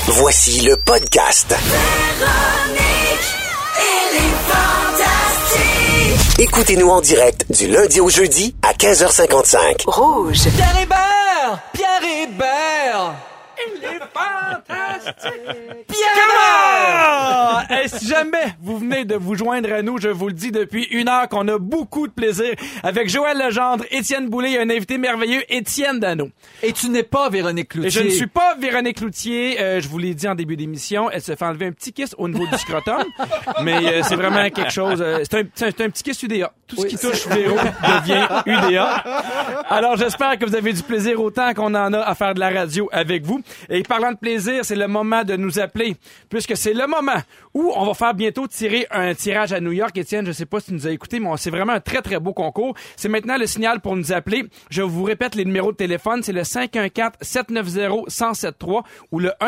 Voici le podcast. Écoutez-nous en direct du lundi au jeudi à 15h55. Rouge. Pierre Hébert! Pierre Hébert! Il est fantastique! Pierre Hébert! Et si jamais vous venez de vous joindre à nous, je vous le dis depuis 1 heure qu'on a beaucoup de plaisir avec Joël Legendre, Étienne Boulay et un invité merveilleux, Étienne Dano. Et tu n'es pas Véronique Cloutier. Et je ne suis pas Véronique Cloutier. Je vous l'ai dit en début d'émission, elle se fait enlever un petit kiss au niveau du scrotum. Mais c'est vraiment quelque chose... c'est un petit kiss UDA. Tout ce qui touche Véro devient UDA. Alors j'espère que vous avez du plaisir autant qu'on en a à faire de la radio avec vous. Et parlant de plaisir, c'est le moment de nous appeler, puisque c'est le moment où on va faire bientôt tirer un tirage à New York. Étienne, je sais pas si tu nous as écouté, mais c'est vraiment un très, très beau concours. C'est maintenant le signal pour nous appeler. Je vous répète les numéros de téléphone. C'est le 514-790-1073 ou le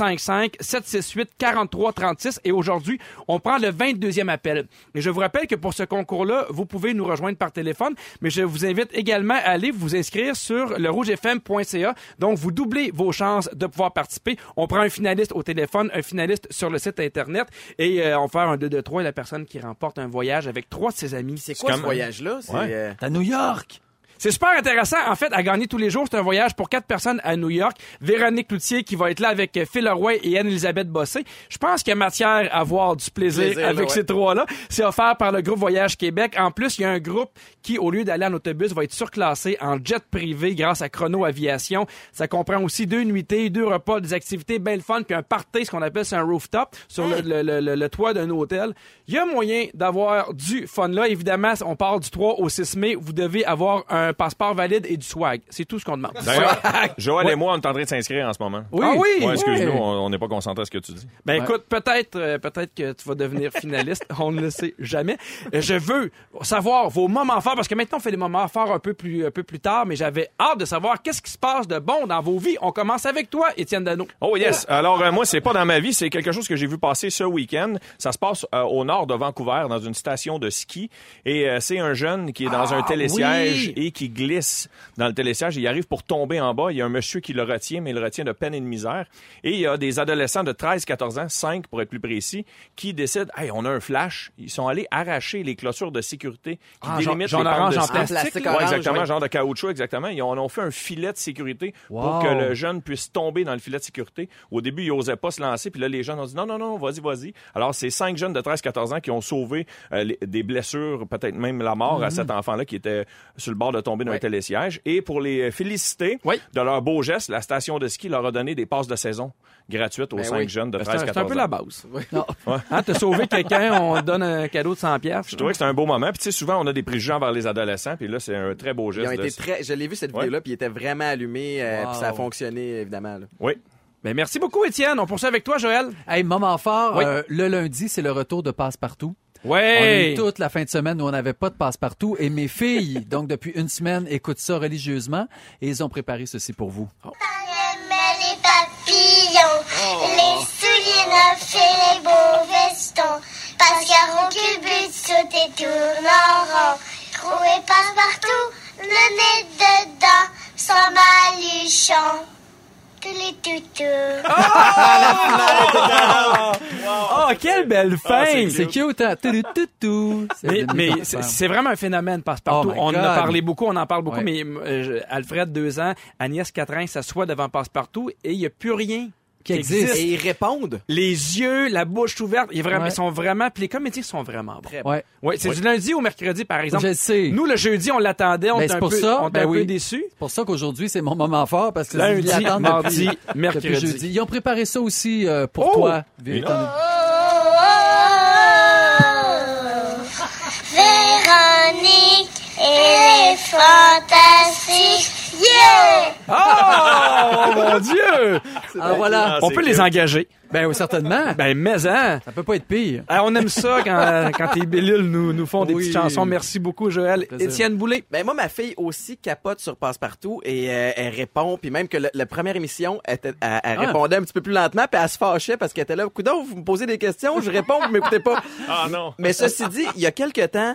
1-855-768-4336. Et aujourd'hui, on prend le 22e appel. Et je vous rappelle que pour ce concours-là, vous pouvez nous rejoindre par téléphone, mais je vous invite également à aller vous inscrire sur le rougefm.ca. Donc, vous doublez vos chances de pouvoir participer. On prend un finaliste au téléphone, un finaliste sur le site Internet et on va faire un 2-2-3 et la personne qui remporte un voyage avec 3 de ses amis. C'est quoi ce voyage-là? C'est à New York. C'est super intéressant. En fait, à gagner tous les jours, c'est un voyage pour 4 personnes à New York. Véronique Cloutier qui va être là avec Phil Roy et Anne-Elisabeth Bossé. Je pense qu'il y a matière à avoir du plaisir avec ces 3-là. C'est offert par le groupe Voyage Québec. En plus, il y a un groupe qui, au lieu d'aller en autobus, va être surclassé en jet privé grâce à Chrono Aviation. Ça comprend aussi 2 nuitées, 2 repas, des activités bien le fun, puis un party, ce qu'on appelle c'est un rooftop, sur le toit d'un hôtel. Il y a moyen d'avoir du fun là. Évidemment, on part du 3 au 6 mai. Vous devez avoir un passeport valide et du swag. C'est tout ce qu'on demande. D'ailleurs, Joël et moi, on est en train de s'inscrire en ce moment. Oui. Ah oui? Ouais, excuse-nous, on n'est pas concentré à ce que tu dis. Ben écoute, peut-être que tu vas devenir finaliste. On ne le sait jamais. Je veux savoir vos moments forts, parce que maintenant, on fait des moments forts un peu plus tard, mais j'avais hâte de savoir qu'est-ce qui se passe de bon dans vos vies. On commence avec toi, Étienne Dano. Oh yes. Alors, moi, c'est pas dans ma vie, c'est quelque chose que j'ai vu passer ce week-end. Ça se passe au nord de Vancouver, dans une station de ski. Et c'est un jeune qui est dans un télésiège et qui glisse dans le télésiège. Il arrive pour tomber en bas. Il y a un monsieur qui le retient, mais il le retient de peine et de misère. Et il y a des adolescents de 13-14 ans, 5 pour être plus précis, qui décident, hey, on a un flash. Ils sont allés arracher les clôtures de sécurité qui délimitent les pentes de ski. plastique Ouais, exactement, genre de caoutchouc, exactement. Ils ont fait un filet de sécurité pour que le jeune puisse tomber dans le filet de sécurité. Au début, ils n'osaient pas se lancer, puis là, les jeunes ont dit non, vas-y. Alors, c'est 5 jeunes de 13-14 ans qui ont sauvé des blessures, peut-être même la mort à cet enfant-là qui était sur le bord de tomber dans un télésiège. Et pour les féliciter de leur beau geste, la station de ski leur a donné des passes de saison gratuites aux 5 jeunes de 13-14 ans. C'est un peu la base. Hein, t'as sauvé quelqu'un, on te donne un cadeau de 100$. Je trouvais que c'était un beau moment. Puis tu sais, souvent, on a des préjugés envers les adolescents, puis là, c'est un très beau geste. Je l'ai vu cette vidéo-là, puis il était vraiment allumé, puis ça a fonctionné, évidemment. Là. Oui. Ben, merci beaucoup, Étienne. On poursuit avec toi, Joël. Hey, moment fort, le lundi, c'est le retour de Passe-Partout. Ouais. On a eu toute la fin de semaine où on n'avait pas de passe-partout et mes filles, donc depuis une semaine, écoutent ça religieusement et ils ont préparé ceci pour vous. On aimait les papillons, les souliers neufs et les beaux vestons, parce qu'à Ronculbut, tout et tourne en rond, Trou et Passe-Partout, le nez dedans, sans baluchon. Tous les toutous. Oh, quelle belle fin! C'est cute, hein? Mais c'est vraiment un phénomène Passe-Partout. Oh on en God. a parlé beaucoup, on en parle beaucoup, mais Alfred, 2 ans, Agnès, 4 ans, s'assoit devant Passe-Partout et il n'y a plus rien qui existe. Et ils répondent. Les yeux, la bouche ouverte, ils sont vraiment... Puis les comédiens sont vraiment bons. C'est du lundi au mercredi, par exemple. Je sais. Nous, le jeudi, on l'attendait, on était un peu déçus. C'est pour ça qu'aujourd'hui, c'est mon moment fort, parce que lundi, mardi, depuis mercredi. jeudi. Ils ont préparé ça aussi pour toi. Véronique et les fantastiques. Yeah! Oh, mon Dieu! Alors voilà. On peut les engager. Ben oui, certainement. Ben, mais hein! Ça peut pas être pire. On aime ça quand les Bellules nous font des petites chansons. Merci beaucoup, Joël. Étienne Boulay. Ben moi, ma fille aussi capote sur Passe-Partout et elle répond. Puis même que la première émission, elle répondait un petit peu plus lentement, puis elle se fâchait parce qu'elle était là. Coudon, vous me posez des questions, je réponds, vous m'écoutez pas. Ah non! Mais ceci dit, il y a quelque temps,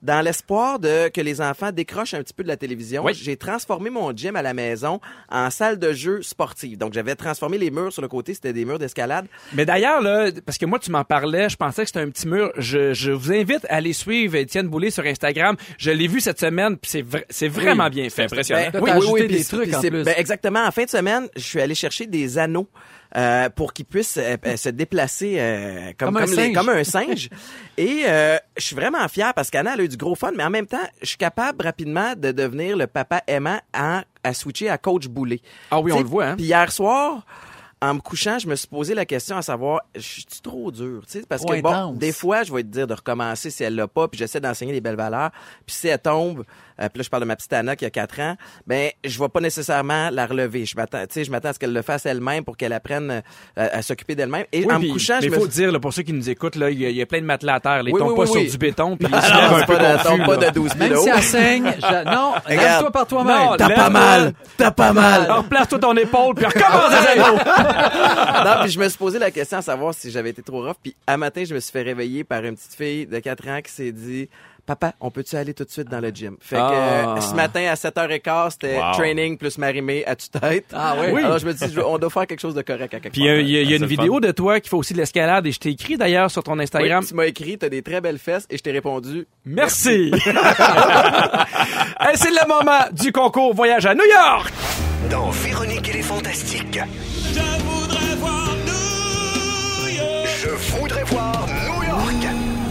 dans l'espoir que les enfants décrochent un petit peu de la télévision, j'ai transformé mon gym à la maison en salle de jeu sportive. Donc, j'avais transformé les murs sur le côté, c'était des murs d'escalade. Mais d'ailleurs, là, parce que moi, tu m'en parlais, je pensais que c'était un petit mur. Je vous invite à aller suivre Étienne Boulay sur Instagram. Je l'ai vu cette semaine, puis c'est vraiment bien fait. C'est impressionnant. Oui, des trucs en plus. Exactement. En fin de semaine, je suis allé chercher des anneaux pour qu'ils puissent se déplacer comme un singe. Et je suis vraiment fier parce qu'Anna, elle a eu du gros fun, mais en même temps, je suis capable rapidement de devenir le papa aimant à switcher à Coach Boulay. Ah oui, on le voit, hein? Puis hier soir, en me couchant, je me suis posé la question à savoir, je suis trop dur, tu sais, parce que bon, des fois, je vais te dire de recommencer si elle l'a pas, puis j'essaie d'enseigner les belles valeurs, puis si elle tombe, puis là, je parle de ma petite Anna qui a 4 ans, ben, je vais pas nécessairement la relever. Je m'attends à ce qu'elle le fasse elle-même pour qu'elle apprenne à s'occuper d'elle-même. Et en me couchant, mais il faut dire, là, pour ceux qui nous écoutent, là, il y a plein de matelas à terre. Ils tombent pas sur du béton, puis ils se lèvent un peu confus. Pas de 12 Même si elle saigne, non, lève-toi par toi-même. Non, T'as pas mal. Alors, place-toi ton épaule, puis recommence à zéro. Non, puis je me suis posé la question à savoir si j'avais été trop rough. Puis à matin, je me suis fait réveiller par une petite fille de 4 ans qui s'est dit... Papa, on peut-tu aller tout de suite dans le gym? Fait que ce matin, à 7h15, c'était training plus Marie-Mé à tue-tête. Ah oui. Alors je me dis, on doit faire quelque chose de correct à quelque Puis part. il y a une vidéo de toi qui fait aussi de l'escalade et je t'ai écrit d'ailleurs sur ton Instagram. Oui, tu m'as écrit, t'as des très belles fesses et je t'ai répondu Merci. Hey, c'est le moment du concours Voyage à New York. Dans Véronique et les Fantastiques. Je voudrais voir New York. Je voudrais voir New York.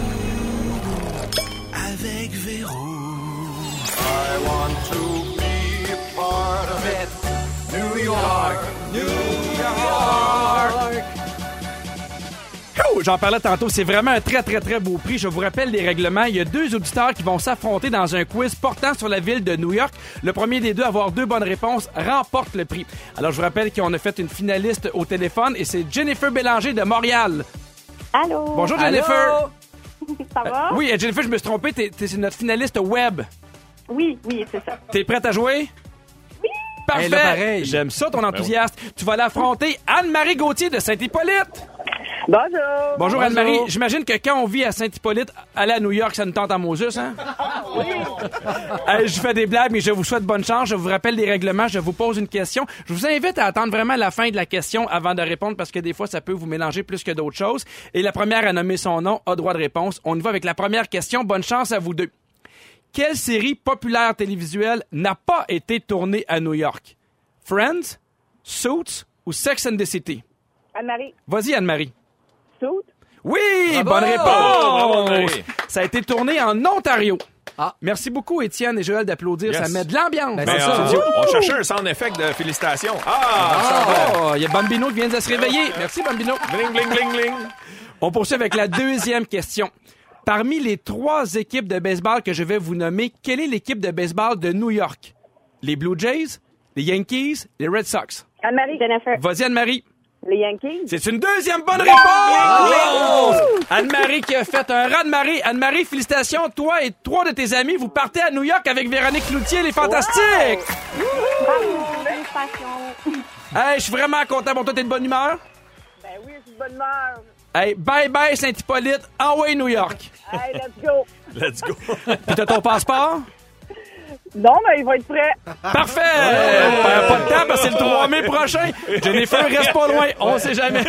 Avec Véro. I want to be a part of it. New York, New York. Oh, j'en parlais tantôt, c'est vraiment un très, très, très beau prix. Je vous rappelle les règlements. Il y a 2 auditeurs qui vont s'affronter dans un quiz portant sur la ville de New York. Le premier des deux à avoir 2 bonnes réponses remporte le prix. Alors, je vous rappelle qu'on a fait une finaliste au téléphone et c'est Jennifer Bélanger de Montréal. Allô? Bonjour, Jennifer. Allô? Ça va? Oui, Jennifer, je me suis trompé. T'es notre finaliste web. Oui, c'est ça. T'es prête à jouer? Oui! Parfait! Hey, là, pareil. J'aime ça, ton enthousiasme. Tu vas l'affronter Anne-Marie Gauthier de Saint-Hippolyte. Bonjour! Bonjour Anne-Marie. J'imagine que quand on vit à Saint-Hippolyte, aller à New York, ça nous tente en Moses, hein? Oui! Je fais des blagues, mais je vous souhaite bonne chance. Je vous rappelle les règlements. Je vous pose une question. Je vous invite à attendre vraiment la fin de la question avant de répondre parce que des fois, ça peut vous mélanger plus que d'autres choses. Et la première à nommer son nom a droit de réponse. On y va avec la première question. Bonne chance à vous deux. Quelle série populaire télévisuelle n'a pas été tournée à New York? Friends, Suits ou Sex and the City? Anne-Marie, Vas-y, Anne-Marie. Suits? Oui, Bravo! bonne réponse. Bravo, Anne-Marie. Ça a été tourné en Ontario. Ah. Merci beaucoup, Étienne et Joël, d'applaudir. Yes. Ça met de l'ambiance. Ben, dans c'est le ça. studio. On cherchait un sound effect de félicitations. Il y a Bambino qui vient de se réveiller. Merci, Bambino. Bling, bling, bling, bling. On poursuit avec la deuxième question. Parmi les 3 équipes de baseball que je vais vous nommer, quelle est l'équipe de baseball de New York? Les Blue Jays, les Yankees, les Red Sox? Anne-Marie, Jennifer, Vas-y, Anne-Marie. les Yankees? C'est une deuxième bonne réponse! Anne-Marie qui a fait un raz-de-marée. Anne-Marie, félicitations. Toi et 3 de tes amis, vous partez à New York avec Véronique Cloutier, les Fantastiques! Bravo! Félicitations! Hey, je suis vraiment content pour toi. T'es de bonne humeur? Ben oui, je suis de bonne humeur. Hey, bye-bye Saint-Hippolyte. Envoie New York. Hey, let's go! Let's go. Puis t'as ton passeport? Non, mais il va être prêt. Parfait! Perds pas de temps parce que c'est le 3 mai prochain. Jennifer, reste pas loin. On sait jamais.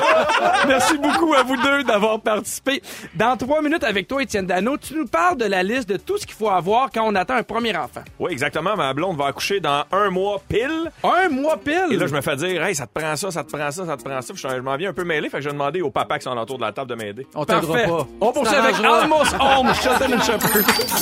Merci beaucoup à vous deux d'avoir participé. Dans 3 minutes avec toi, Étienne Dano, tu nous parles de la liste de tout ce qu'il faut avoir quand on attend un premier enfant. Oui, exactement. Ma blonde va accoucher dans 1 mois pile. 1 mois pile! Et là, je me fais dire, hey, ça te prend ça, ça te prend ça, ça te prend ça. Puis je m'en viens un peu mêlé. Fait que je vais demander aux papas qui sont autour de la table de m'aider. On t'aidera Parfait. pas. On poursuit avec t'arrangeras. Almost Home, Sheldon & Shepherd.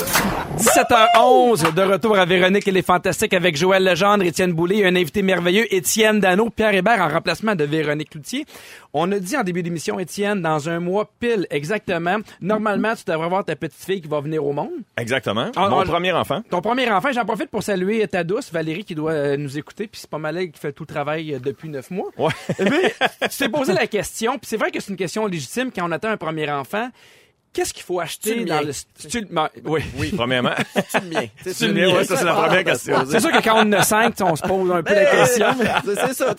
17h11, de retour à Véronique et les Fantastiques avec Joël Legendre, Étienne Boulay et un invité merveilleux, Étienne Dano, Pierre Hébert en remplacement de Véronique Cloutier. On a dit en début d'émission, Étienne, dans 1 mois pile, exactement. Normalement, tu devrais avoir ta petite fille qui va venir au monde. Exactement. Ah, Mon premier enfant. Ton premier enfant, j'en profite pour saluer ta douce, Valérie, qui doit nous écouter, puis c'est pas mal elle qui fait tout le travail depuis 9 mois. Ouais. Mais tu t'es posé la question, puis c'est vrai que c'est une question légitime quand on attend un premier enfant. Qu'est-ce qu'il faut acheter C'est le dans mien. le... Oui. Oui, premièrement. C'est le mien. C'est le mien, ouais, ça, c'est la première question. C'est sûr que quand on en a 5, on se pose un peu la question. C'est ça,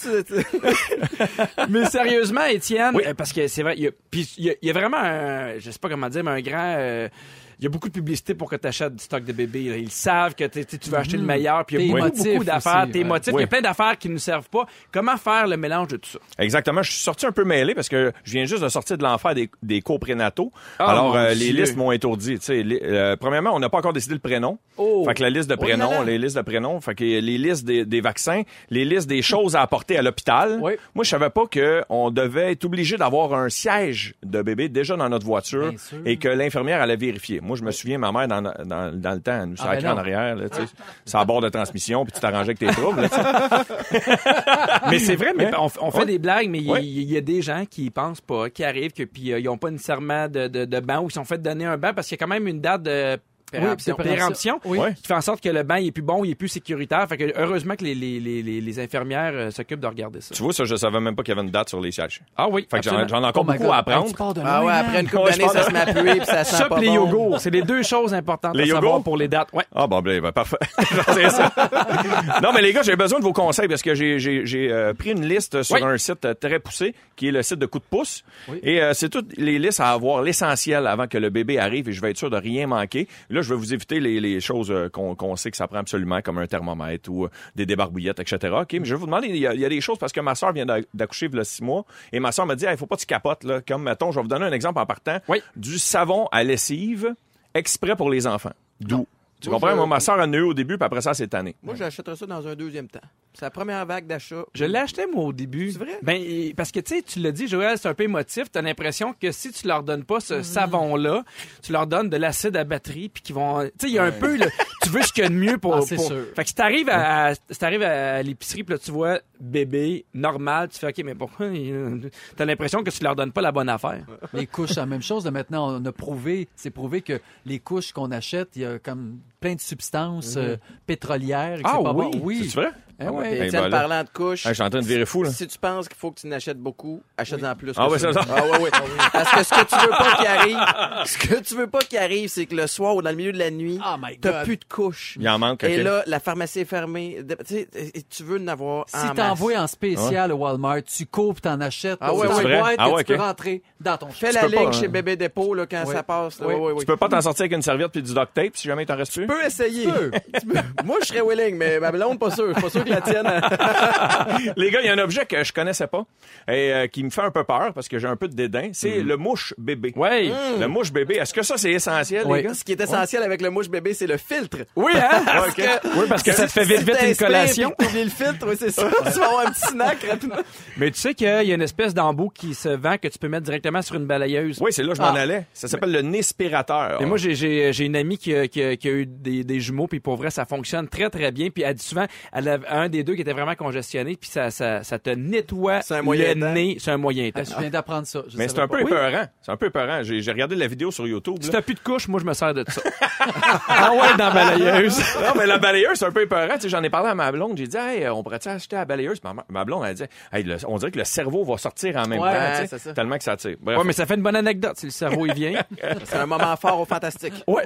Mais sérieusement, Étienne, Oui. parce que c'est vrai, il y a vraiment un, je sais pas comment dire, mais un grand il y a beaucoup de publicité pour que tu achètes du stock de bébé. Là. Ils savent que tu veux acheter le meilleur. Puis il y a beaucoup d'affaires. Aussi, tes motifs. Il y a plein d'affaires qui ne nous servent pas. Comment faire le mélange de tout ça? Exactement. Je suis sorti un peu mêlé parce que je viens juste de sortir de l'enfer des cours prénataux. Oh, alors, les listes m'ont étourdi. Premièrement, on n'a pas encore décidé le prénom. Fait que la liste de prénoms, les listes de prénoms, fait que les listes des vaccins, les listes des choses à apporter à l'hôpital. Oui. Moi, je savais pas qu'on devait être obligé d'avoir un siège de bébé déjà dans notre voiture et que l'infirmière allait vérifier. Moi, je me souviens, ma mère, dans le temps, elle nous sacrait en arrière, là, c'est à bord de transmission, puis tu t'arrangeais avec tes troubles. Là, mais c'est vrai, mais on fait des blagues, mais il y a des gens qui y pensent pas, qui arrivent, puis ils n'ont pas nécessairement de banc ou ils sont fait donner un banc parce qu'il y a quand même une date de péremption qui fait en sorte que le bain il est plus bon, il est plus sécuritaire. Fait que heureusement que les infirmières s'occupent de regarder ça. Tu vois, ça, je savais même pas qu'il y avait une date sur les sièges. Ah oui. Fait que j'en ai encore beaucoup à apprendre. Après une couple d'années, ça se met à puer puis ça sent Ça pas les bon. yogourts, c'est les deux choses importantes à savoir pour les dates. Ouais. Ah bon, ben parfait. C'est ça. Non, mais les gars, j'ai besoin de vos conseils parce que j'ai pris une liste sur un site très poussé qui est le site de Coup de pouce. Et c'est toutes les listes à avoir l'essentiel avant que le bébé arrive et je vais être sûr de rien manquer. Là, je vais vous éviter les choses qu'on sait que ça prend absolument, comme un thermomètre ou des débarbouillettes, etc. OK, mais je vais vous demander, il y a des choses parce que ma soeur vient d'accoucher il y a 6 mois et ma soeur m'a dit, il faut pas que tu capotes, là. Comme, mettons, je vais vous donner un exemple en partant. Du savon à lessive exprès pour les enfants. D'où? Tu comprends? Moi, ma soeur en a eu au début, puis après ça, c'est tanné. Moi, j'achèterais ça dans un deuxième temps. C'est la première vague d'achat. Je l'ai acheté, moi, au début. C'est vrai? Ben, parce que, tu sais, tu l'as dit, Joël, c'est un peu émotif. T'as l'impression que si tu leur donnes pas ce savon-là, tu leur donnes de l'acide à batterie, puis qu'ils vont... Tu sais, il y a un peu, là, tu veux ce qu'il y a de mieux pour... c'est sûr. Fait que si t'arrives à l'épicerie, puis là, tu vois bébé, normal, tu fais, OK, mais pourquoi... T'as l'impression que tu leur donnes pas la bonne affaire. Les couches, c'est la même chose. Maintenant, c'est prouvé que les couches qu'on achète, il y a comme plein de substances pétrolières. Et que c'est pas bon. Oui. C'est vrai? Et Étienne, parlant de couches, je suis en train de virer fou, là. Si tu penses qu'il faut que tu n'achètes beaucoup, achète-en plus. Ah oui, c'est ça. Oui. Parce que ce que tu veux pas qu'il arrive, c'est que le soir ou dans le milieu de la nuit, t'as plus de couches. Il en manque. Et là, la pharmacie est fermée. Tu veux en avoir en Si t'envoies en spécial au Walmart, tu coupes, t'en achètes. Tu peux rentrer dans ton Fais la ligne chez Bébé Dépôt là, quand ça passe. Tu peux pas t'en sortir avec une serviette puis du duct tape si jamais il t'en reste plus? Tu peux essayer. Moi, je serais willing, mais ma blonde, pas sûr. Pas sûr que la tienne. Les gars, il y a un objet que je connaissais pas et qui me fait un peu peur parce que j'ai un peu de dédain. C'est le mouche bébé. Oui. Le mouche bébé. Est-ce que ça, c'est essentiel, les gars? Ce qui est essentiel avec le mouche bébé, c'est le filtre. Oui, hein? Parce que ça te fait vite une collation. Tu oublies le filtre, oui, c'est ça. Tu vas avoir un petit snack rapidement. Mais tu sais qu'il y a une espèce d'embout qui se vend que tu peux mettre directement sur une balayeuse. Oui, c'est là que je m'en allais. Ça s'appelle le Nispirateur. Et moi, j'ai une amie qui a eu des jumeaux, puis pour vrai, ça fonctionne très, très bien. Puis elle dit souvent, elle a un des deux qui était vraiment congestionné, puis ça te nettoie le nez. C'est un moyen temps. Je viens d'apprendre ça. Mais c'est un peu épeurant. C'est un peu épeurant. J'ai regardé la vidéo sur YouTube. Si t'as plus de couches, moi, je me sers de ça. Ah ouais, dans la balayeuse. Non, mais la balayeuse, c'est un peu épeurant. Tu sais, j'en ai parlé à ma blonde. J'ai dit, hey, on pourrait-tu acheter la balayeuse? Ma blonde, elle dit, hey, on dirait que le cerveau va sortir en même temps. C'est ça. Tellement que ça tire. Bref. Ouais, mais ça fait une bonne anecdote si le cerveau, il vient. C'est un moment fort au fantastique. Ouais.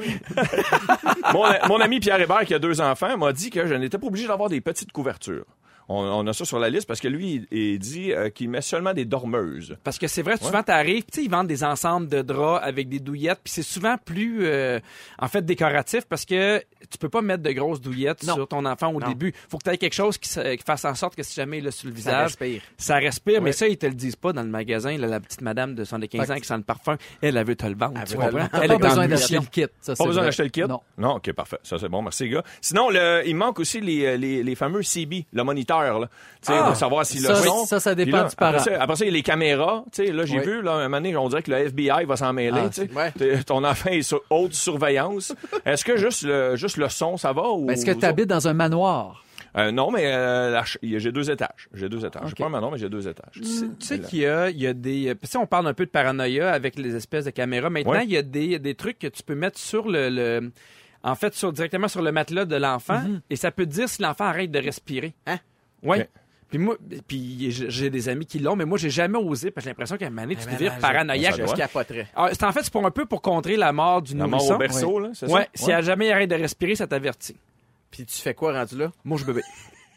Mon ami Pierre Hébert, qui a 2 enfants, m'a dit que je n'étais pas obligé d'avoir des petites couvertures. On a ça sur la liste parce que lui, il dit qu'il met seulement des dormeuses. Parce que c'est vrai, souvent, t'arrives, tu sais, ils vendent des ensembles de draps avec des douillettes, puis c'est souvent plus, en fait, décoratif parce que tu peux pas mettre de grosses douillettes sur ton enfant au début. Faut que tu aies quelque chose qui fasse en sorte que si jamais il l'a sur le visage, ça respire. Mais ça, ils te le disent pas dans le magasin. Là, la petite madame de 75 ans qui sent le parfum, elle veut te le vendre. Tu comprends? Elle a besoin d'acheter le kit. Pas besoin d'acheter le kit? Non, OK, parfait. Ça, c'est bon. Merci, les gars. Sinon, il manque aussi les fameux CB, le moniteur. Là, pour savoir si le son... Ça dépend du parent. Après ça, il y a les caméras. Là, j'ai vu, là, un moment donné, on dirait que le FBI va s'en mêler. Ton enfant est sous haute surveillance. Est-ce que juste le son, ça va? Ou... Est-ce que tu habites dans un manoir? Non, mais j'ai 2 étages. J'ai pas un manoir, mais j'ai 2 étages. Tu sais qu'il y a des... Tu sais, on parle un peu de paranoïa avec les espèces de caméras. Maintenant, il y a des trucs que tu peux mettre sur en fait, directement sur le matelas de l'enfant, et ça peut te dire si l'enfant arrête de respirer. Hein? Oui. Puis j'ai des amis qui l'ont, mais moi, j'ai jamais osé, parce que j'ai l'impression qu'à un moment donné, tu deviens paranoïaque. Je capoterais. C'est en fait, c'est un peu pour contrer la mort du nourrisson. La mort au berceau, là, c'est ça? Ouais. Si elle jamais arrête de respirer, ça t'avertit. Puis tu fais quoi rendu là? Mouche bébé.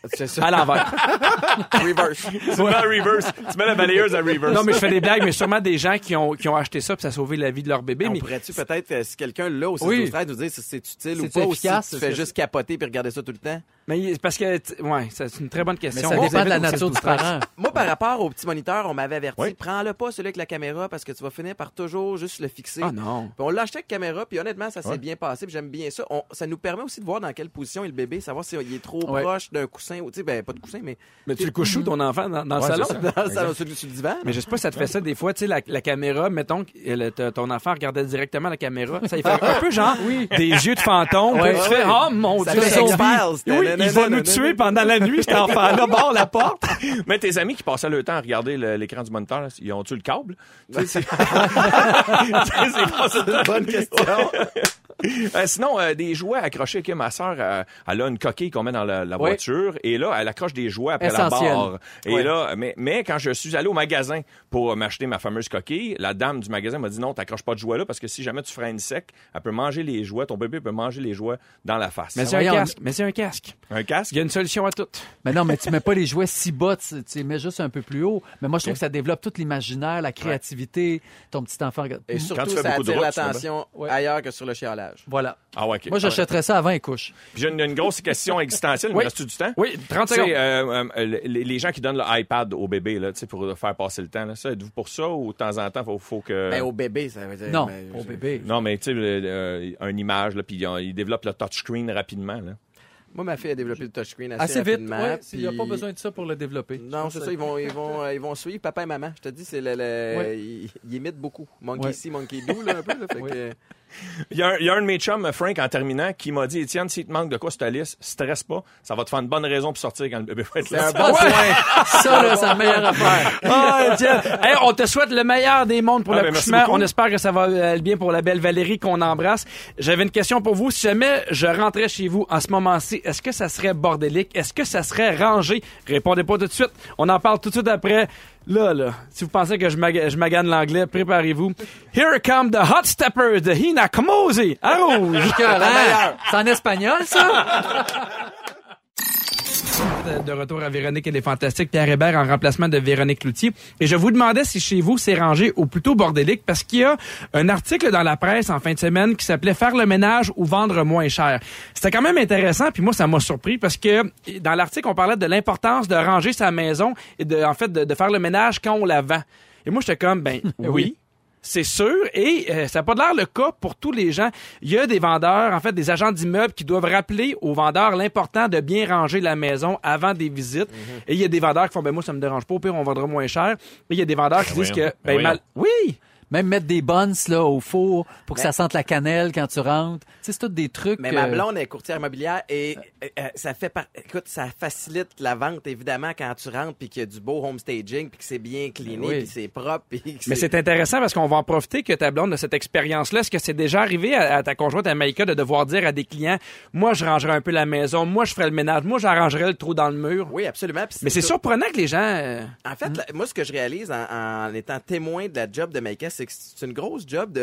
C'est ça. À l'envers. Reverse. Tu mets en reverse. Tu mets la balayeuse en reverse. Non, mais je fais des blagues, mais sûrement des gens qui ont acheté ça puis ça a sauvé la vie de leur bébé. On Mais pourrait-tu peut-être, si quelqu'un là au 6 Oui. 12 13 nous dire si c'est utile ou C'est pas, efficace, ou si tu c'est fais ça. juste capoter puis regarder ça tout le temps? Mais parce que, ouais, c'est une très bonne Mais question. ça On dépend de la vous invite au nature du 6-12-13. parent. Moi, par rapport au petit moniteur, on m'avait averti, Oui. prends-le pas celui avec la caméra parce que tu vas finir par toujours juste le fixer. Ah non. Puis on l'a acheté avec caméra, puis honnêtement, ça s'est Ouais. bien passé, puis j'aime bien ça. Ça nous permet aussi de voir dans quelle position est le bébé, savoir s'il est trop Ouais. proche d'un coussin, ou tu sais, ben pas de coussin, mais Mais tu le couches où ton enfant dans le Ouais, salon? c'est ça. dans le salon, sur le divan. Mais je sais pas si ça te fait ça des fois, tu sais, la caméra, mettons que ton enfant regardait directement la caméra, ça il fait un peu genre des yeux de fantôme. Ouais. Puis tu fais, oh mon Ça Dieu, fait son vie. X-Files. Oui, il va nous tuer pendant la nuit, cet enfant-là, barre la porte. Mais tes amis qui passaient le temps à regarder l'écran du moniteur, là, ils ont-tu le câble? Tu sais, c'est C'est une bonne question. Sinon, des jouets accrochés. Ma sœur, elle a une coquille qu'on met dans la voiture et là, elle accroche des jouets après Essentiel. la barre. Et Ouais. là, mais quand je suis allé au magasin pour m'acheter ma fameuse coquille, la dame du magasin m'a dit non, t'accroches pas de jouets là parce que si jamais tu freines sec, elle peut manger les jouets, ton bébé peut manger les jouets dans la face. Mais c'est un voyons, casque. Mais c'est un casque. Un casque? Il y a une solution à tout. Mais non, mais tu mets pas les jouets si bas, tu les mets juste un peu plus haut. Mais moi, je trouve que ça développe tout l'imaginaire, la créativité. Ton petit enfant regarde. Et Quand surtout, tu fais ça beaucoup de attire route, l'attention Ouais. ailleurs que sur le chialage. Voilà. Ah ouais, ok. Moi, j'achèterais ça avant les couches. Puis j'ai une grosse question existentielle. Il Oui. me reste du temps? Oui, 30 Tu sais, secondes. les gens qui donnent le iPad au bébé là, tu sais, pour faire passer le temps, là, ça, êtes-vous pour ça ou de temps en temps, faut que... Ben, au bébé, ça veut dire. Non, ben, au bébé. Non, mais tu sais, une image, là, puis ils développent le touchscreen rapidement. Là. Moi, ma fille a développé le touchscreen assez Assez vite. rapidement. Ouais, il n'y a puis- pas besoin de ça pour le développer. Non, c'est ça, ils vont suivre papa et maman. Je te dis, c'est Ouais. ils imitent beaucoup. Monkey Ouais. see, monkey do, là, un peu. Là, fait Oui. que, Il y a un de mes chums, Frank, en terminant, qui m'a dit, Étienne, s'il te manque de quoi sur ta liste, stresse pas, ça va te faire une bonne raison pour sortir quand le bébé va être c'est là. un bon point. Ça, là, c'est la meilleure affaire. Ah, tiens. Hey, on te souhaite le meilleur des mondes pour Ah, ben, l'accouchement. merci beaucoup. On espère que ça va aller bien pour la belle Valérie qu'on embrasse. J'avais une question pour vous. Si jamais je rentrais chez vous en ce moment-ci, est-ce que ça serait bordélique? Est-ce que ça serait rangé? Répondez pas tout de suite. On en parle tout de suite après. Là, si vous pensez que je magane l'anglais, préparez-vous. Here come the hot steppers de Hina Kamosi à rouge. C'est en espagnol, ça? De retour à Véronique et les Fantastiques, Pierre Hébert en remplacement de Véronique Cloutier. Et je vous demandais si chez vous c'est rangé ou plutôt bordélique parce qu'il y a un article dans la presse en fin de semaine qui s'appelait « Faire le ménage ou vendre moins cher ». C'était quand même intéressant, puis moi ça m'a surpris parce que dans l'article on parlait de l'importance de ranger sa maison et de faire le ménage quand on la vend. Et moi j'étais comme, ben oui. C'est sûr, et ça n'a pas l'air le cas pour tous les gens. Il y a des vendeurs, en fait, des agents d'immeubles qui doivent rappeler aux vendeurs l'important de bien ranger la maison avant des visites. Et il y a des vendeurs qui font, ben moi, ça me dérange pas, au pire, on vendra moins cher. Mais il y a des vendeurs qui disent voyons. que, ben Ben mal... Oui! Même mettre des buns là, au four pour que ça sente la cannelle quand tu rentres. Tu sais, c'est tout des trucs. Mais ma blonde est courtière immobilière et ça fait écoute, ça facilite la vente évidemment quand tu rentres puis qu'il y a du beau home staging puis que c'est bien cleané Oui. puis c'est propre puis que Mais c'est intéressant parce qu'on va en profiter que ta blonde a cette expérience-là. Est-ce que c'est déjà arrivé à ta conjointe à Maïka de devoir dire à des clients, moi, je rangerai un peu la maison, moi, je ferai le ménage, moi, j'arrangerai le trou dans le mur? Oui, absolument. Puis Mais c'est tout- surprenant que les gens... En fait, moi, ce que je réalise en étant témoin de la job de Maïka, c'est que c'est une grosse job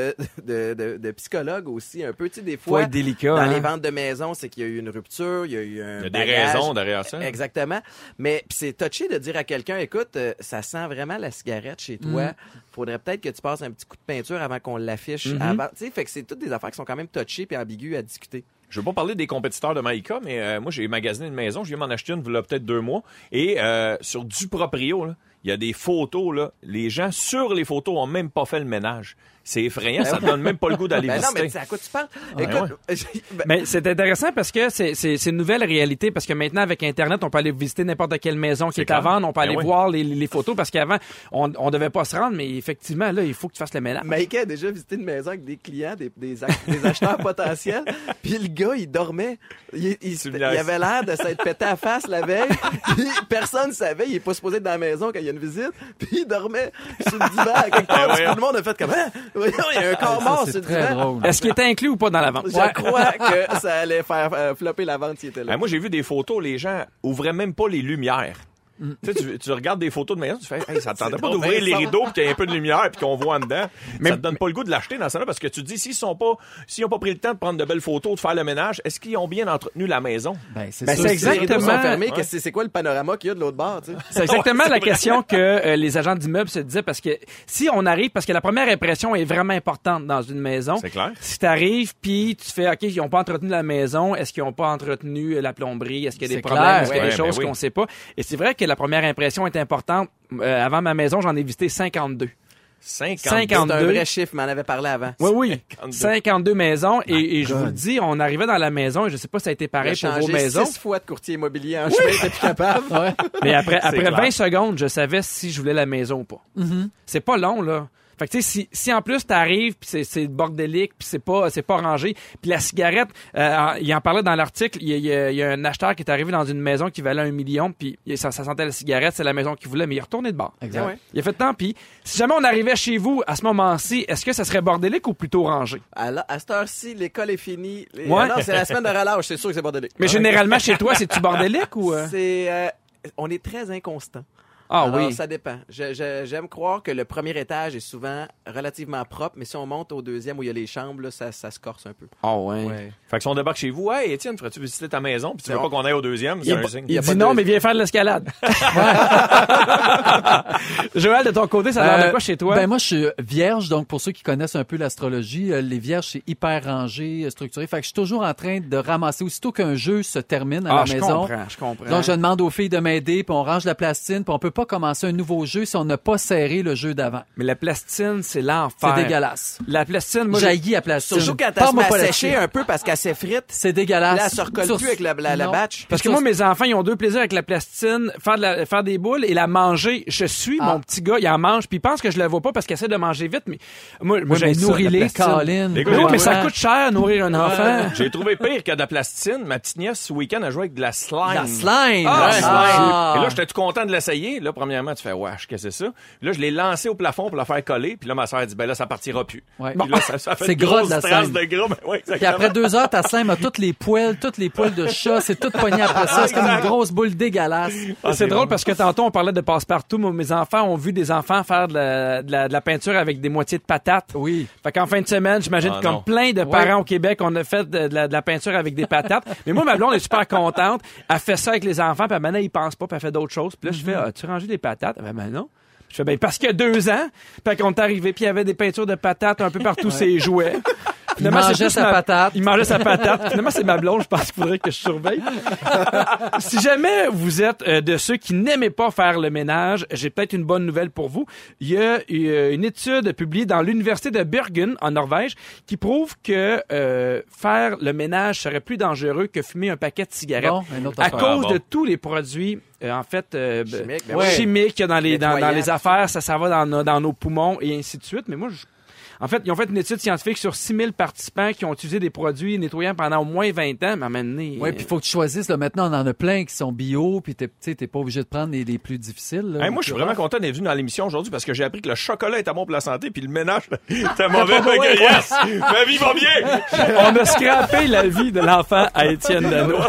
de psychologue aussi, un peu. Tu sais, des Faut fois, être délicat. dans hein? les ventes de maison, c'est qu'il y a eu une rupture, il y a eu un Il y a des bagage. raisons derrière ça. Exactement. Mais pis c'est touché de dire à quelqu'un, écoute, ça sent vraiment la cigarette chez toi. Faudrait peut-être que tu passes un petit coup de peinture avant qu'on l'affiche. Avant. Tu sais, fait que c'est toutes des affaires qui sont quand même touchées puis ambiguës à discuter. Je veux pas parler des compétiteurs de Maïka, mais moi, j'ai magasiné une maison. Je viens m'en acheter une, il y a peut-être 2 mois. Et sur du proprio, là, il y a des photos. Là. Les gens, sur les photos, ont même pas fait le ménage. C'est effrayant. Ça te donne même pas le goût d'aller Ben non, visiter. mais tu sais à quoi tu parles? Ouais, Écoute, ben, Mais c'est intéressant parce que c'est une nouvelle réalité parce que maintenant avec Internet on peut aller visiter n'importe quelle maison qui est à clair. vendre, on peut Ben aller oui. voir les photos parce qu'avant on devait pas se rendre mais effectivement là il faut que tu fasses le ménage. Maïka a déjà visité une maison avec des clients, des acheteurs potentiels. Puis le gars, il dormait. Il avait l'air de s'être pété à face la veille. Puis personne ne savait. Il est pas supposé être dans la maison quand il y a une visite. Puis il dormait sur le divan à quelque part. Puis tout le monde a fait comme voyons, il y a un corps mort sur c'est le très divan. drôle. Est-ce qu'il était inclus ou pas dans la vente? Je crois que ça allait faire flopper la vente s'il était là. Moi, j'ai vu des photos, les gens ouvraient même pas les lumières. Tu sais, tu regardes des photos de maison, tu fais, hey, ça te tentait pas d'ouvrir les rideaux puis qu'il y ait un peu de lumière puis qu'on voit en dedans. Mais ça te donne pas le goût de l'acheter dans ça là parce que tu te dis, s'ils ont pas pris le temps de prendre de belles photos, de faire le ménage, est-ce qu'ils ont bien entretenu la maison? C'est exactement. Fermés, c'est quoi le panorama qu'il y a de l'autre bord, tu sais? C'est exactement la question que les agents d'immeubles se disaient parce que si on arrive, parce que la première impression est vraiment importante dans une maison. C'est clair. Si t'arrives puis tu fais, OK, ils ont pas entretenu la maison, est-ce qu'ils ont pas entretenu la plomberie, est-ce qu'il y a des problèmes, est-ce qu'il y a des choses qu'on sait pas? Et c'est vrai que la première impression est importante. Avant ma maison, j'en ai visité 52. 52. C'est un vrai chiffre, mais on avait parlé avant. Oui. 52 maisons. Et je vous le dis, on arrivait dans la maison et je sais pas si ça a été pareil pour vos maisons. 6 fois de courtier immobilier en chemin, t'es plus capable. Mais après 20 secondes, je savais si je voulais la maison ou pas. C'est pas long, là. Fait que tu sais, si en plus t'arrives puis c'est bordélique puis c'est pas rangé, puis la cigarette, il en parlait dans l'article, il y a un acheteur qui est arrivé dans une maison qui valait 1 million puis ça sentait la cigarette, c'est la maison qu'il voulait, mais il est retourné de bord. Exact. Ouais. Il a fait tant pis. Si jamais on arrivait chez vous à ce moment-ci, est-ce que ça serait bordélique ou plutôt rangé? Alors, à cette heure-ci, l'école est finie. Non, c'est la semaine de relâche, c'est sûr que c'est bordélique. Mais généralement chez toi, c'est-tu bordélique ou on est très inconstant. Alors, oui. Ça dépend. J'aime croire que le premier étage est souvent relativement propre, mais si on monte au deuxième où il y a les chambres, là, ça se corse un peu. Ouais. Fait que si on débarque chez vous, hey, Étienne, ferais-tu visiter ta maison? Puis tu veux pas qu'on aille au deuxième? C'est un signe. Il dit non, mais viens faire de l'escalade. Joël, de ton côté, ça a l'air de quoi chez toi? Ben, moi, je suis vierge, donc pour ceux qui connaissent un peu l'astrologie, les vierges, c'est hyper rangé, structuré. Fait que je suis toujours en train de ramasser. Aussitôt qu'un jeu se termine à la maison. Je comprends. Donc, je demande aux filles de m'aider, puis on range la plastine, puis on peut pas commencer un nouveau jeu si on n'a pas serré le jeu d'avant. Mais la plastine, c'est l'enfer. C'est dégueulasse. La plastine, moi, j'haïs la plastine. Surtout quand elle se met à sécher un peu parce qu'elle s'effrite. C'est dégueulasse. Là, elle se recolle plus avec la batch. Parce que moi, mes enfants, ils ont deux plaisirs avec la plastine, faire des boules et la manger. Je suis mon petit gars, il en mange, puis il pense que je la vois pas parce qu'il essaie de manger vite, mais moi j'ai nourris-les, Colin. Oui, mais ça coûte cher nourrir un enfant. J'ai trouvé pire que de la plastine. Ma petite nièce, ce week-end, a joué avec de la slime. La slime! Et là, j'étais tout content de l'essayer. Là, premièrement, tu fais, wesh, qu'est-ce que c'est ça? Là, je l'ai lancé au plafond pour la faire coller. Puis là, ma soeur a dit, ben là, ça partira plus. Ouais. Puis là, ça fait c'est une gras grosse de la trace slime. de gras. Puis après 2 heures, ta slime a toutes les poils de chat. C'est tout pogné après ça. C'est comme une grosse boule dégueulasse. C'est drôle parce que tantôt, on parlait de passe-partout. Moi, mes enfants ont vu des enfants faire de la peinture avec des moitiés de patates. Oui. Fait qu'en fin de semaine, j'imagine comme plein de parents au Québec, on a fait de la peinture avec des patates. Mais moi, ma blonde est super contente. Elle fait ça avec les enfants, puis maintenant, ils pensent pas, puis elle fait d'autres choses. Puis là, je fais, as-tu rangé des patates? Ben non. Je fais, parce qu'il y a 2 ans, puis qu'on est arrivé, puis il y avait des peintures de patates un peu partout ses jouets. Il mangeait sa patate. Il mangeait sa patate. Finalement, c'est ma blonde, je pense qu'il faudrait que je surveille. Si jamais vous êtes de ceux qui n'aimaient pas faire le ménage, j'ai peut-être une bonne nouvelle pour vous. Il y a une étude publiée dans l'université de Bergen, en Norvège, qui prouve que faire le ménage serait plus dangereux que fumer un paquet de cigarettes. À cause de tous les produits chimiques qu'il y a dans les affaires, ça va dans nos poumons et ainsi de suite. Mais moi, en fait, ils ont fait une étude scientifique sur 6000 participants qui ont utilisé des produits nettoyants pendant au moins 20 ans. Mais à un moment donné... Oui, puis il faut que tu choisisses. Là, maintenant, on en a plein qui sont bio, puis t'es pas obligé de prendre les plus difficiles. Là, moi, je suis vraiment content d'être venu dans l'émission aujourd'hui parce que j'ai appris que le chocolat était bon pour la santé, puis le ménage était mauvais. Yes! Ma vie va bien! On a scrappé la vie de l'enfant à Étienne Dano.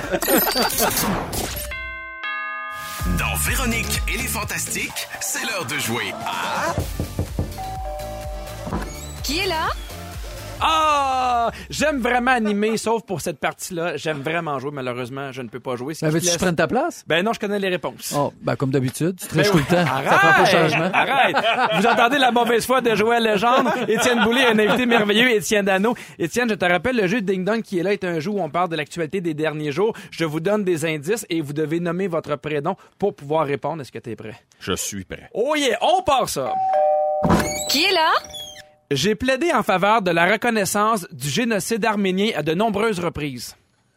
Dans Véronique et les Fantastiques, c'est l'heure de jouer à... Qui est là? Ah! J'aime vraiment animer, sauf pour cette partie-là. J'aime vraiment jouer. Malheureusement, je ne peux pas jouer. Veux-tu que je prenne ta place? Ben non, je connais les réponses. Oh, comme d'habitude. Tu triches tout le temps. Arrête! Ça prend pas de changement. Arrête! Vous entendez la mauvaise foi de Joël Legendre. Étienne Boulay, un invité merveilleux, Étienne Dano. Étienne, je te rappelle, le jeu de Ding Dong qui est là est un jeu où on parle de l'actualité des derniers jours. Je vous donne des indices et vous devez nommer votre prénom pour pouvoir répondre. Est-ce que tu es prêt? Je suis prêt. Oh yeah! On part ça! Qui est là? J'ai plaidé en faveur de la reconnaissance du génocide arménien à de nombreuses reprises.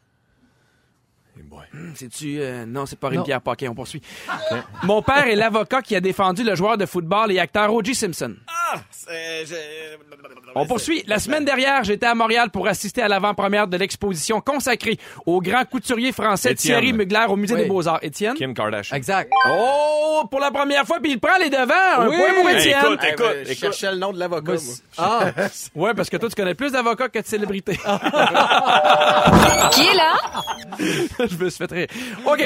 C'est-tu... non, c'est pas Rémi-Pierre Paquin, on poursuit. Okay. Mon père est l'avocat qui a défendu le joueur de football et acteur O.J. Simpson. On poursuit. La semaine dernière, j'étais à Montréal pour assister à l'avant-première de l'exposition consacrée au grand couturier français Étienne. Thierry Mugler au Musée des Beaux-Arts. Étienne? Kim Kardashian. Exact. Oh, pour la première fois, puis il prend les devants. Un point pour Étienne. Je cherchais le nom de l'avocat, moi. Ouais, parce que toi, tu connais plus d'avocats que de célébrités. Qui est là? Je me suis fait rire. OK.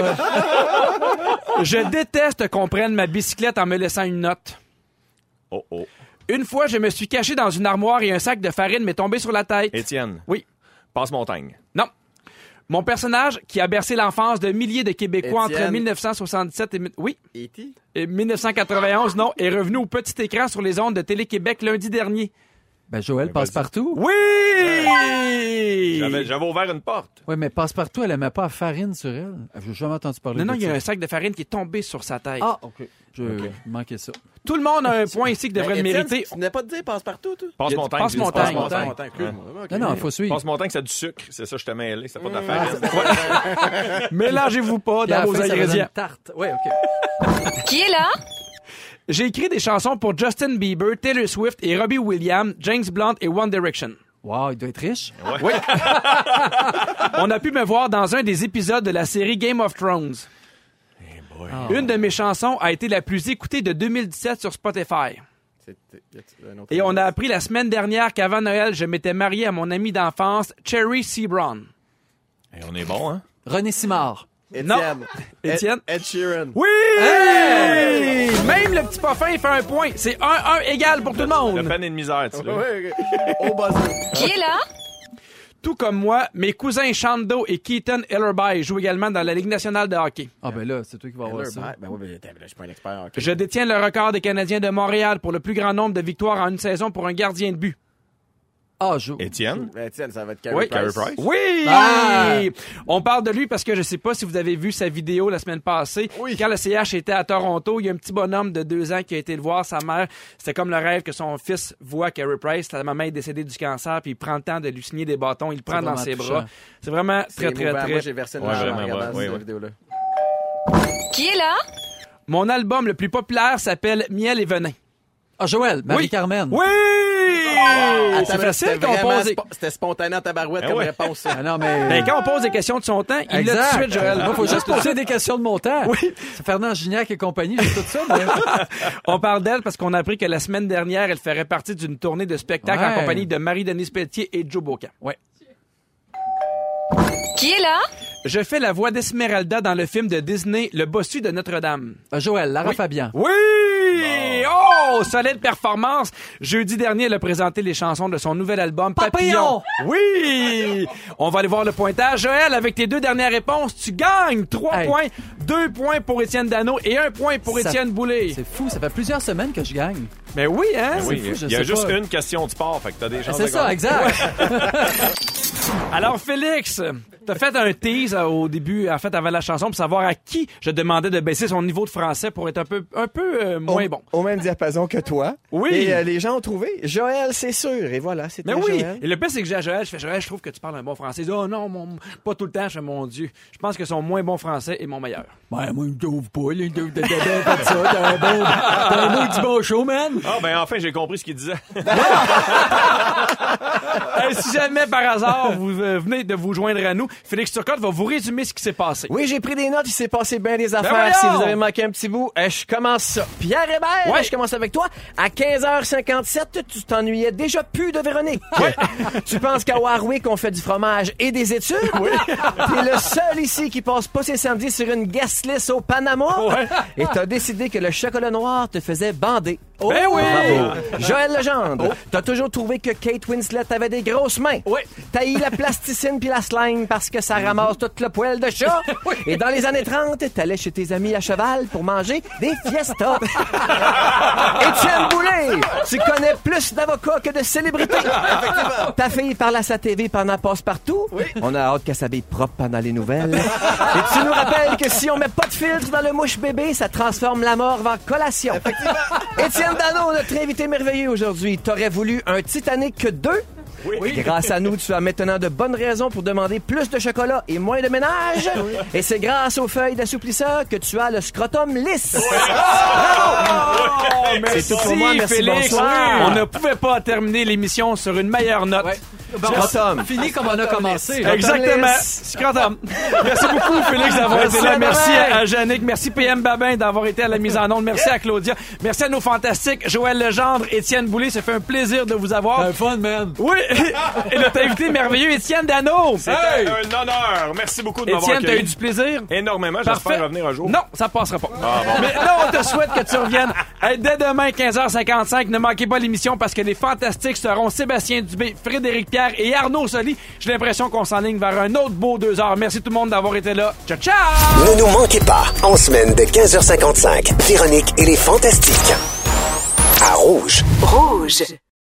Je déteste qu'on prenne ma bicyclette en me laissant une note. Oh, oh. Une fois, je me suis caché dans une armoire et un sac de farine m'est tombé sur la tête. Étienne. Oui. Passe-montagne. Non. Mon personnage, qui a bercé l'enfance de milliers de Québécois entre Étienne. 1977 et... Oui. E.T.? Et 1991, non, est revenu au petit écran sur les ondes de Télé-Québec lundi dernier. Ben, Joël Passe-Partout. Oui! J'avais ouvert une porte. Oui, mais Passe-Partout, elle aimait pas la farine sur elle. J'ai jamais entendu parler Non, de il y a ça. un sac de farine qui est tombé sur sa tête. Ah, OK. Je manquais ça. Tout le monde a un point ici qui devrait le mériter. Tu n'as pas de dire passe-partout, toi? Passe-montagne. Passe-montagne. Non, non, il faut suivre. Passe-montagne, c'est du sucre. C'est ça, je te mêlé. C'est pas de la farine. Mélangez-vous pas Puis à dans la vos fin, ça faisait ingrédients. une tarte. Oui, OK. Qui est là? J'ai écrit des chansons pour Justin Bieber, Taylor Swift et Robbie Williams, James Blunt et One Direction. Wow, il doit être riche. Oui. On a pu me voir dans un des épisodes de la série Game of Thrones. Une de mes chansons a été la plus écoutée de 2017 sur Spotify. Et on a appris la semaine dernière qu'avant Noël, je m'étais marié à mon ami d'enfance, Cherry Sebron. Et on est bon, hein? René Simard. Étienne. Étienne? Ed Sheeran. Oui! Hey! Même le petit parfum, il fait un point. C'est 1-1 égal pour tout le monde. Le peine et de misère, tu l'as. Au buzzer. Qui est là? Tout comme moi, mes cousins Shando et Keaton Ellerby jouent également dans la Ligue nationale de hockey. Ah, ben là, c'est toi qui vas avoir ça. Ben oui, mais je suis pas un expert en hockey. Je détiens le record des Canadiens de Montréal pour le plus grand nombre de victoires en une saison pour un gardien de but. Ah, Étienne? Ben, Étienne, ça va être Carey Oui. Price. Carey Price? Oui! Ah! On parle de lui parce que je sais pas si vous avez vu sa vidéo la semaine passée. Oui. Quand le CH était à Toronto, il y a un petit bonhomme de 2 ans qui a été le voir. Sa mère, c'était comme le rêve que son fils voit Carey Price. Sa maman est décédée du cancer, puis il prend le temps de lui signer des bâtons. Il le prend dans vraiment ses touchant. bras. C'est vraiment C'est très émouvant. Moi, j'ai très... versé une Ouais, larme en vraiment, regardant ouais, cette ouais. vidéo-là. Qui est là? Mon album le plus populaire s'appelle Miel et Venin. Ah, Joël, Marie-Carmen. Oui! Attends, C'est facile c'était qu'on vraiment pose des... C'était spontané en tabarouette Ben comme ouais. réponse. ça. Ah non, mais... Ben, quand on pose des questions de son temps, il l'a tout de suite, Joël. Moi, faut juste poser des questions de mon temps. Oui. C'est Fernand Gignac et compagnie, j'ai tout ça, mais... On parle d'elle parce qu'on a appris que la semaine dernière, elle ferait partie d'une tournée de spectacles Ouais. en compagnie de Marie-Denise Pelletier et Joe Bocan. Ouais. Qui est là? Je fais la voix d'Esmeralda dans le film de Disney, Le Bossu de Notre-Dame. Joël, Lara Fabian. Oui! Oh, solide performance. Jeudi dernier, elle a présenté les chansons de son nouvel album Papillon. Oui! On va aller voir le pointage. Joël, avec tes 2 dernières réponses, tu gagnes 3 Hey. points, 2 points pour Étienne Dano et 1 point pour Ça- Étienne Boulay. C'est fou, ça fait plusieurs semaines que je gagne. Mais oui, hein? Oui, fou, je il y a sais juste pas. une question de sport, fait que t'as des chances C'est de ça, gagner. exact. Alors, Félix, t'as fait un tease au début, en fait, avant la chanson, pour savoir à qui je demandais de baisser son niveau de français pour être un peu moins bon. Au même diapason que toi. Oui. Et les gens ont trouvé. Joël, c'est sûr. Et voilà, c'était Mais oui! Joël. Et le pire, c'est que j'ai à Joël, je fais Joël, je trouve que tu parles un bon français. Il dit, oh non, pas tout le temps. Je fais, mon Dieu. Je pense que son moins bon français est mon meilleur. Ben, moi, je me trouve pas, là. T'as ça, t'as un mot du bon show, man. Ah, ben enfin, j'ai compris ce qu'il disait. Si jamais, par hasard, vous venez de vous joindre à nous, Félix Turcotte va vous résumer ce qui s'est passé. Oui, j'ai pris des notes. Il s'est passé bien des affaires. voyons! Si vous avez manqué un petit bout, je commence ça. Pierre Hébert, Ouais. je commence avec toi. À 15h57, tu t'ennuyais déjà plus de Véronique. Tu penses qu'à Warwick, on fait du fromage et des études? Oui. T'es le seul ici qui passe pas ses samedis sur une guest list au Panama. Ouais. Et t'as décidé que le chocolat noir te faisait bander. Ben oui! Bravo. Joël Legendre, t'as toujours trouvé que Kate Winslet avait des grosses mains. Oui. T'as eu la plasticine puis la slime parce que ça ramasse tout le poil de chat. Et dans les années 30, t'allais chez tes amis à cheval pour manger des fiestas. Étienne Boulay, tu connais plus d'avocats que de célébrités. Ta fille parle à sa TV pendant Passe-Partout. On a hâte qu'elle s'habille propre pendant les nouvelles. Et tu nous rappelles que si on met pas de filtre dans le mouche bébé, ça transforme la morve en collation. Étienne Dano, notre invité merveilleux aujourd'hui. T'aurais voulu un Titanic 2? Oui. Grâce à nous, tu as maintenant de bonnes raisons pour demander plus de chocolat et moins de ménage. Et c'est grâce aux feuilles d'assouplisseur que tu as le scrotum lisse. Oh, C'est tout pour moi. Merci, Félix. bonsoir. On ne pouvait pas terminer l'émission sur une meilleure note. Ouais. Scrotum. Fini comme on a commencé. Exactement. Scrotum. Merci beaucoup, Félix, d'avoir été là. Merci à Jannick. Merci, PM Babin, d'avoir été à la mise en onde. Merci à Claudia. Merci à nos fantastiques Joël Legendre, Étienne Boulay. Ça fait un plaisir de vous avoir. C'est fun, man. Oui. Et notre invité merveilleux, Étienne Dano. C'était un honneur. Merci beaucoup de m'avoir Étienne, t'as accueilli. eu du plaisir? Énormément. Parfait. J'espère revenir un jour. Non, ça passera pas. Mais là, on te souhaite que tu reviennes dès demain, 15h55. Ne manquez pas l'émission parce que les fantastiques seront Sébastien Dubé, Frédéric Pierre et Arnaud Soli. J'ai l'impression qu'on s'enligne vers un autre beau 2 heures. Merci tout le monde d'avoir été là. Ciao, ciao! Ne nous manquez pas, en semaine de 15h55, Véronique et les Fantastiques. À Rouge. Rouge.